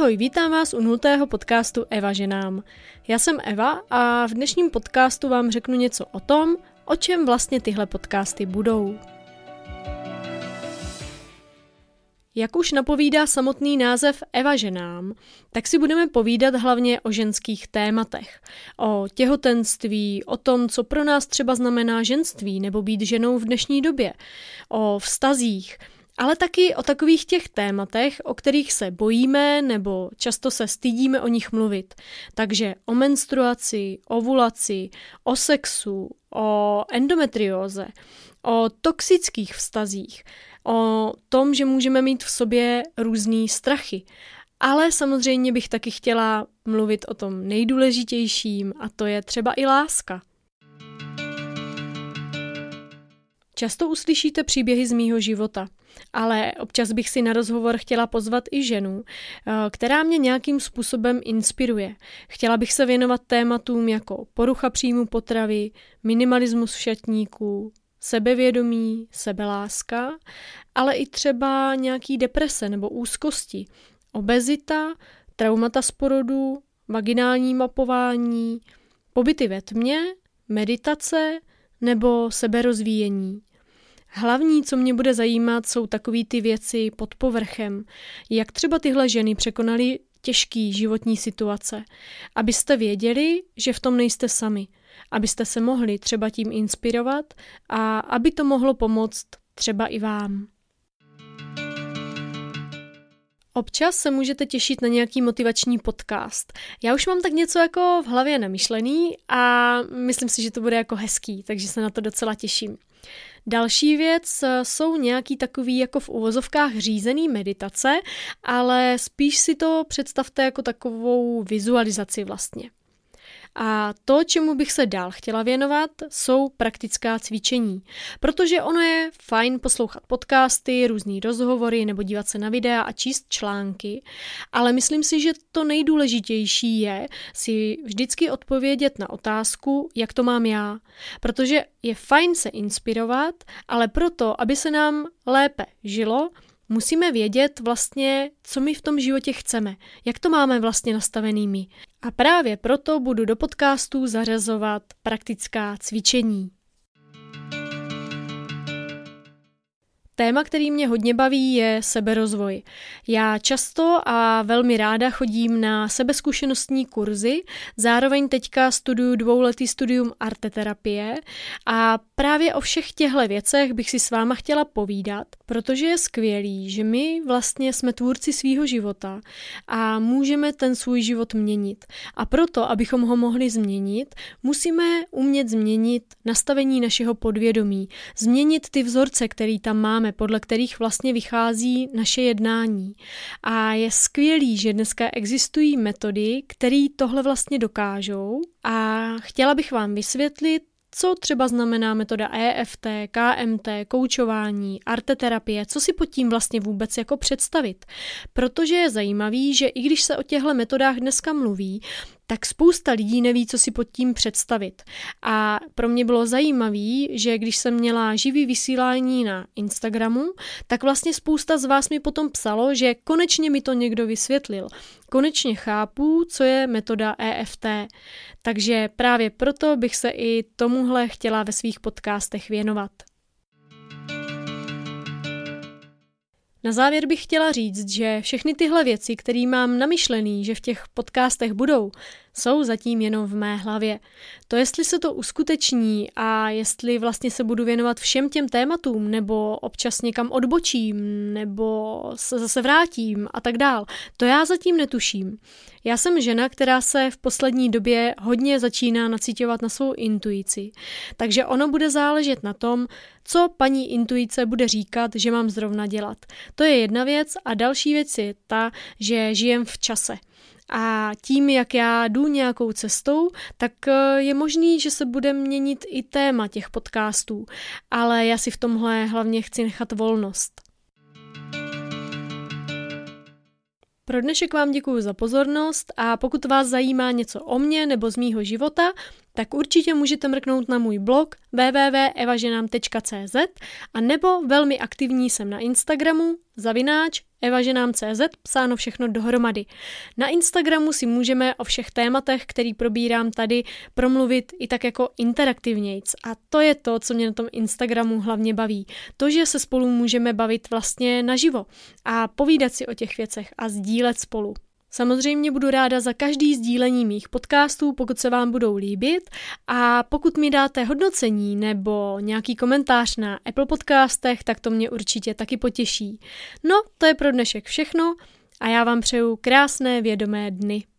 Ahoj, vítám vás u 0. podcastu Eva ženám. Já jsem Eva a v dnešním podcastu vám řeknu něco o tom, o čem vlastně tyhle podcasty budou. Jak už napovídá samotný název Eva ženám, tak si budeme povídat hlavně o ženských tématech. O těhotenství, o tom, co pro nás třeba znamená ženství nebo být ženou v dnešní době, o vztazích, ale taky o takových těch tématech, o kterých se bojíme nebo často se stydíme o nich mluvit. Takže o menstruaci, ovulaci, o sexu, o endometrióze, o toxických vztazích, o tom, že můžeme mít v sobě různý strachy. Ale samozřejmě bych taky chtěla mluvit o tom nejdůležitějším, a to je třeba i láska. Často uslyšíte příběhy z mýho života, ale občas bych si na rozhovor chtěla pozvat i ženu, která mě nějakým způsobem inspiruje. Chtěla bych se věnovat tématům jako porucha příjmu potravy, minimalismus v šatníku, sebevědomí, sebeláska, ale i třeba nějaký deprese nebo úzkosti, obezita, traumata z porodu, vaginální mapování, pobyty ve tmě, meditace nebo seberozvíjení. Hlavní, co mě bude zajímat, jsou takový ty věci pod povrchem, jak třeba tyhle ženy překonaly těžký životní situace, abyste věděli, že v tom nejste sami, abyste se mohli třeba tím inspirovat a aby to mohlo pomoct třeba i vám. Občas se můžete těšit na nějaký motivační podcast. Já už mám tak něco jako v hlavě namyšlený a myslím si, že to bude jako hezký, takže se na to docela těším. Další věc jsou nějaký takový jako v uvozovkách řízený meditace, ale spíš si to představte jako takovou vizualizaci vlastně. A to, čemu bych se dál chtěla věnovat, jsou praktická cvičení. Protože ono je fajn poslouchat podcasty, různý rozhovory nebo dívat se na videa a číst články, ale myslím si, že to nejdůležitější je si vždycky odpovědět na otázku, jak to mám já. Protože je fajn se inspirovat, ale proto, aby se nám lépe žilo, musíme vědět vlastně, co my v tom životě chceme, jak to máme vlastně nastavený my. A právě proto budu do podcastů zařazovat praktická cvičení. Téma, který mě hodně baví, je seberozvoj. Já často a velmi ráda chodím na sebezkušenostní kurzy, zároveň teďka studuju 2letý studium arteterapie a právě o všech těchto věcech bych si s váma chtěla povídat, protože je skvělý, že my vlastně jsme tvůrci svýho života a můžeme ten svůj život měnit. A proto, abychom ho mohli změnit, musíme umět změnit nastavení našeho podvědomí, změnit ty vzorce, který tam máme, podle kterých vlastně vychází naše jednání. A je skvělý, že dneska existují metody, které tohle vlastně dokážou a chtěla bych vám vysvětlit, co třeba znamená metoda EFT, KMT, koučování, arteterapie, co si pod tím vlastně vůbec jako představit. Protože je zajímavý, že i když se o těchto metodách dneska mluví, tak spousta lidí neví, co si pod tím představit. A pro mě bylo zajímavý, že když jsem měla živý vysílání na Instagramu, tak vlastně spousta z vás mi potom psalo, že konečně mi to někdo vysvětlil. Konečně chápu, co je metoda EFT. Takže právě proto bych se i tomuhle chtěla ve svých podcastech věnovat. Na závěr bych chtěla říct, že všechny tyhle věci, které mám namyšlený, že v těch podcastech budou, jsou zatím jenom v mé hlavě. To, jestli se to uskuteční a jestli vlastně se budu věnovat všem těm tématům, nebo občas někam odbočím, nebo se zase vrátím a tak dál, to já zatím netuším. Já jsem žena, která se v poslední době hodně začíná nacíťovat na svou intuici, takže ono bude záležet na tom, co paní intuice bude říkat, že mám zrovna dělat. To je jedna věc a další věc je ta, že žijem v čase. A tím, jak já jdu nějakou cestou, tak je možný, že se bude měnit i téma těch podcastů, ale já si v tomhle hlavně chci nechat volnost. Pro dnešek vám děkuji za pozornost a pokud vás zajímá něco o mně nebo z mýho života, tak určitě můžete mrknout na můj blog www.evaženam.cz a nebo velmi aktivní jsem na Instagramu @evaženam.cz, psáno všechno dohromady. Na Instagramu si můžeme o všech tématech, který probírám tady, promluvit i tak jako interaktivnějc. A to je to, co mě na tom Instagramu hlavně baví. To, že se spolu můžeme bavit vlastně naživo a povídat si o těch věcech a sdílet spolu. Samozřejmě budu ráda za každý sdílení mých podcastů, pokud se vám budou líbit, a pokud mi dáte hodnocení nebo nějaký komentář na Apple Podcastech, tak to mě určitě taky potěší. No, to je pro dnešek všechno a já vám přeju krásné vědomé dny.